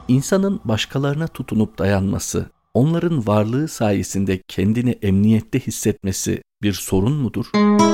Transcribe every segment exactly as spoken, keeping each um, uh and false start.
İnsanın başkalarına tutunup dayanması, onların varlığı sayesinde kendini emniyette hissetmesi bir sorun mudur?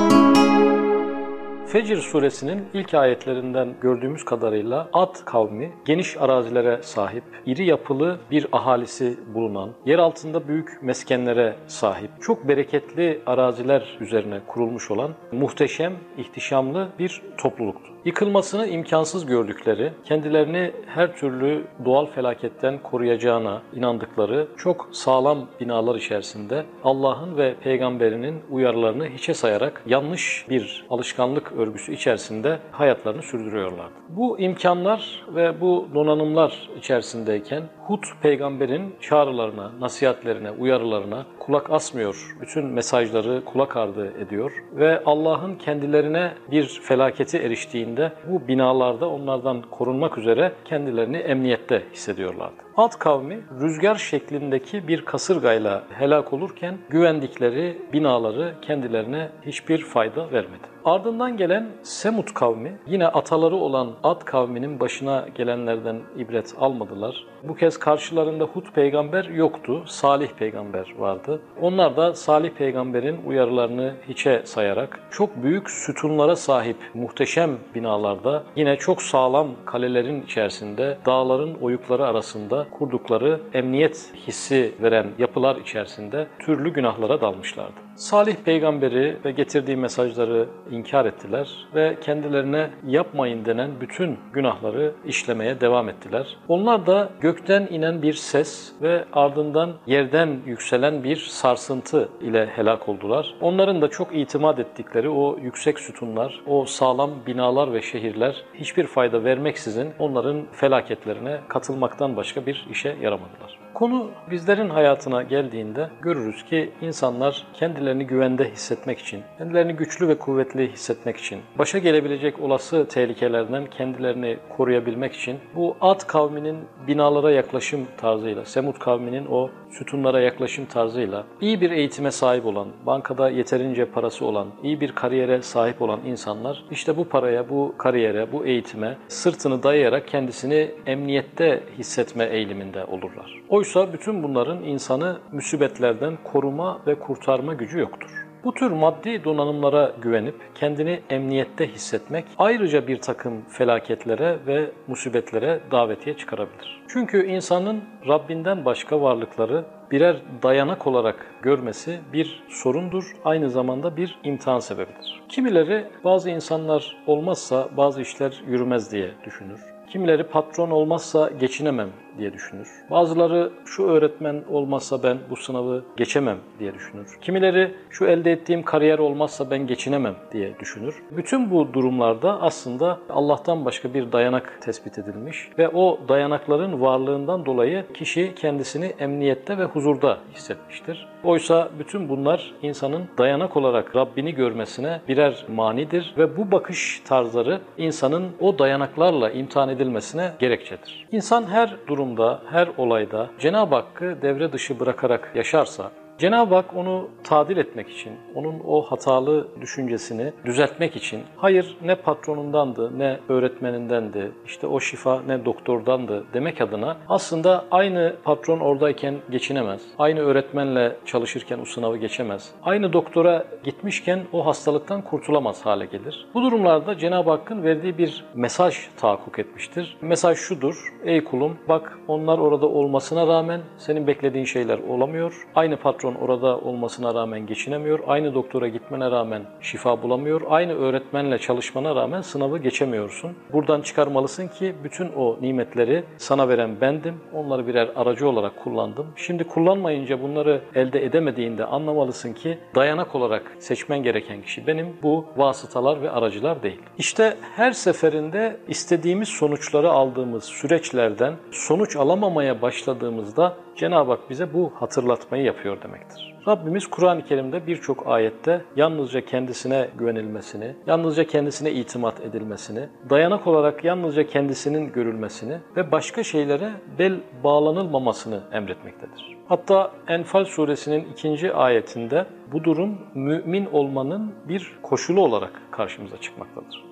Fecr suresinin ilk ayetlerinden gördüğümüz kadarıyla Ad kavmi geniş arazilere sahip, iri yapılı bir ahalisi bulunan, yer altında büyük meskenlere sahip, çok bereketli araziler üzerine kurulmuş olan muhteşem, ihtişamlı bir topluluktu. Yıkılmasını imkansız gördükleri, kendilerini her türlü doğal felaketten koruyacağına inandıkları çok sağlam binalar içerisinde Allah'ın ve Peygamberinin uyarılarını hiçe sayarak yanlış bir alışkanlık örgüsü içerisinde hayatlarını sürdürüyorlardı. Bu imkanlar ve bu donanımlar içerisindeyken Hud peygamberin çağrılarına, nasihatlerine, uyarılarına kulak asmıyor. Bütün mesajları kulak ardı ediyor ve Allah'ın kendilerine bir felaketi eriştiğinde bu binalarda onlardan korunmak üzere kendilerini emniyette hissediyorlardı. Ad kavmi rüzgar şeklindeki bir kasırgayla helak olurken güvendikleri binaları kendilerine hiçbir fayda vermedi. Ardından gelen Semud kavmi yine ataları olan Ad kavminin başına gelenlerden ibret almadılar. Bu kez karşılarında Hud peygamber yoktu, Salih peygamber vardı. Onlar da Salih peygamberin uyarılarını hiçe sayarak çok büyük sütunlara sahip muhteşem binalarda yine çok sağlam kalelerin içerisinde dağların oyukları arasında kurdukları emniyet hissi veren yapılar içerisinde türlü günahlara dalmışlardı. Salih peygamberi ve getirdiği mesajları inkar ettiler ve kendilerine yapmayın denen bütün günahları işlemeye devam ettiler. Onlar da gökten inen bir ses ve ardından yerden yükselen bir sarsıntı ile helak oldular. Onların da çok itimat ettikleri o yüksek sütunlar, o sağlam binalar ve şehirler hiçbir fayda vermeksizin onların felaketlerine katılmaktan başka bir işe yaramadılar. Konu bizlerin hayatına geldiğinde görürüz ki insanlar kendilerini güvende hissetmek için, kendilerini güçlü ve kuvvetli hissetmek için, başa gelebilecek olası tehlikelerden kendilerini koruyabilmek için bu Ad kavminin binalara yaklaşım tarzıyla, Semud kavminin o sütunlara yaklaşım tarzıyla iyi bir eğitime sahip olan, bankada yeterince parası olan, iyi bir kariyere sahip olan insanlar işte bu paraya, bu kariyere, bu eğitime sırtını dayayarak kendisini emniyette hissetme eğiliminde olurlar. Oysa bütün bunların insanı musibetlerden koruma ve kurtarma gücü yoktur. Bu tür maddi donanımlara güvenip kendini emniyette hissetmek ayrıca bir takım felaketlere ve musibetlere davetiye çıkarabilir. Çünkü insanın Rabbinden başka varlıkları birer dayanak olarak görmesi bir sorundur, aynı zamanda bir imtihan sebebidir. Kimileri bazı insanlar olmazsa bazı işler yürümez diye düşünür. Kimileri patron olmazsa geçinemem diye düşünür. Bazıları şu öğretmen olmazsa ben bu sınavı geçemem diye düşünür. Kimileri şu elde ettiğim kariyer olmazsa ben geçinemem diye düşünür. Bütün bu durumlarda aslında Allah'tan başka bir dayanak tespit edilmiş ve o dayanakların varlığından dolayı kişi kendisini emniyette ve huzurda hissetmiştir. Oysa bütün bunlar insanın dayanak olarak Rabbini görmesine birer manidir ve bu bakış tarzları insanın o dayanaklarla imtihan edilmesine gerekçedir. İnsan her durumda, her olayda Cenab-ı Hakk'ı devre dışı bırakarak yaşarsa, Cenab-ı Hak onu tadil etmek için, onun o hatalı düşüncesini düzeltmek için, hayır ne patronundandı, ne öğretmenindendi, işte o şifa ne doktordandı demek adına aslında aynı patron oradayken geçinemez, aynı öğretmenle çalışırken o sınavı geçemez, aynı doktora gitmişken o hastalıktan kurtulamaz hale gelir. Bu durumlarda Cenab-ı Hakk'ın verdiği bir mesaj tahakkuk etmiştir. Mesaj şudur: ey kulum, bak onlar orada olmasına rağmen senin beklediğin şeyler olamıyor, aynı patron orada olmasına rağmen geçinemiyor, aynı doktora gitmene rağmen şifa bulamıyor, aynı öğretmenle çalışmana rağmen sınavı geçemiyorsun. Buradan çıkarmalısın ki bütün o nimetleri sana veren bendim, onları birer aracı olarak kullandım. Şimdi kullanmayınca bunları elde edemediğinde anlamalısın ki dayanak olarak seçmen gereken kişi benim, bu vasıtalar ve aracılar değil. İşte her seferinde istediğimiz sonuçları aldığımız süreçlerden sonuç alamamaya başladığımızda Cenab-ı Hak bize bu hatırlatmayı yapıyor demektir. Rabbimiz Kur'an-ı Kerim'de birçok ayette yalnızca kendisine güvenilmesini, yalnızca kendisine itimat edilmesini, dayanak olarak yalnızca kendisinin görülmesini ve başka şeylere bel bağlanılmamasını emretmektedir. Hatta Enfal suresinin ikinci ayetinde bu durum mümin olmanın bir koşulu olarak karşımıza çıkmaktadır.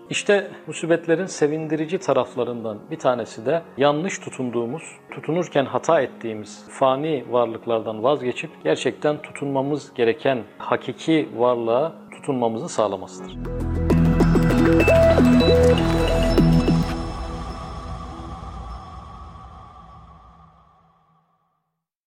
İşte musibetlerin sevindirici taraflarından bir tanesi de yanlış tutunduğumuz, tutunurken hata ettiğimiz fani varlıklardan vazgeçip gerçekten tutunmamız gereken hakiki varlığa tutunmamızı sağlamasıdır.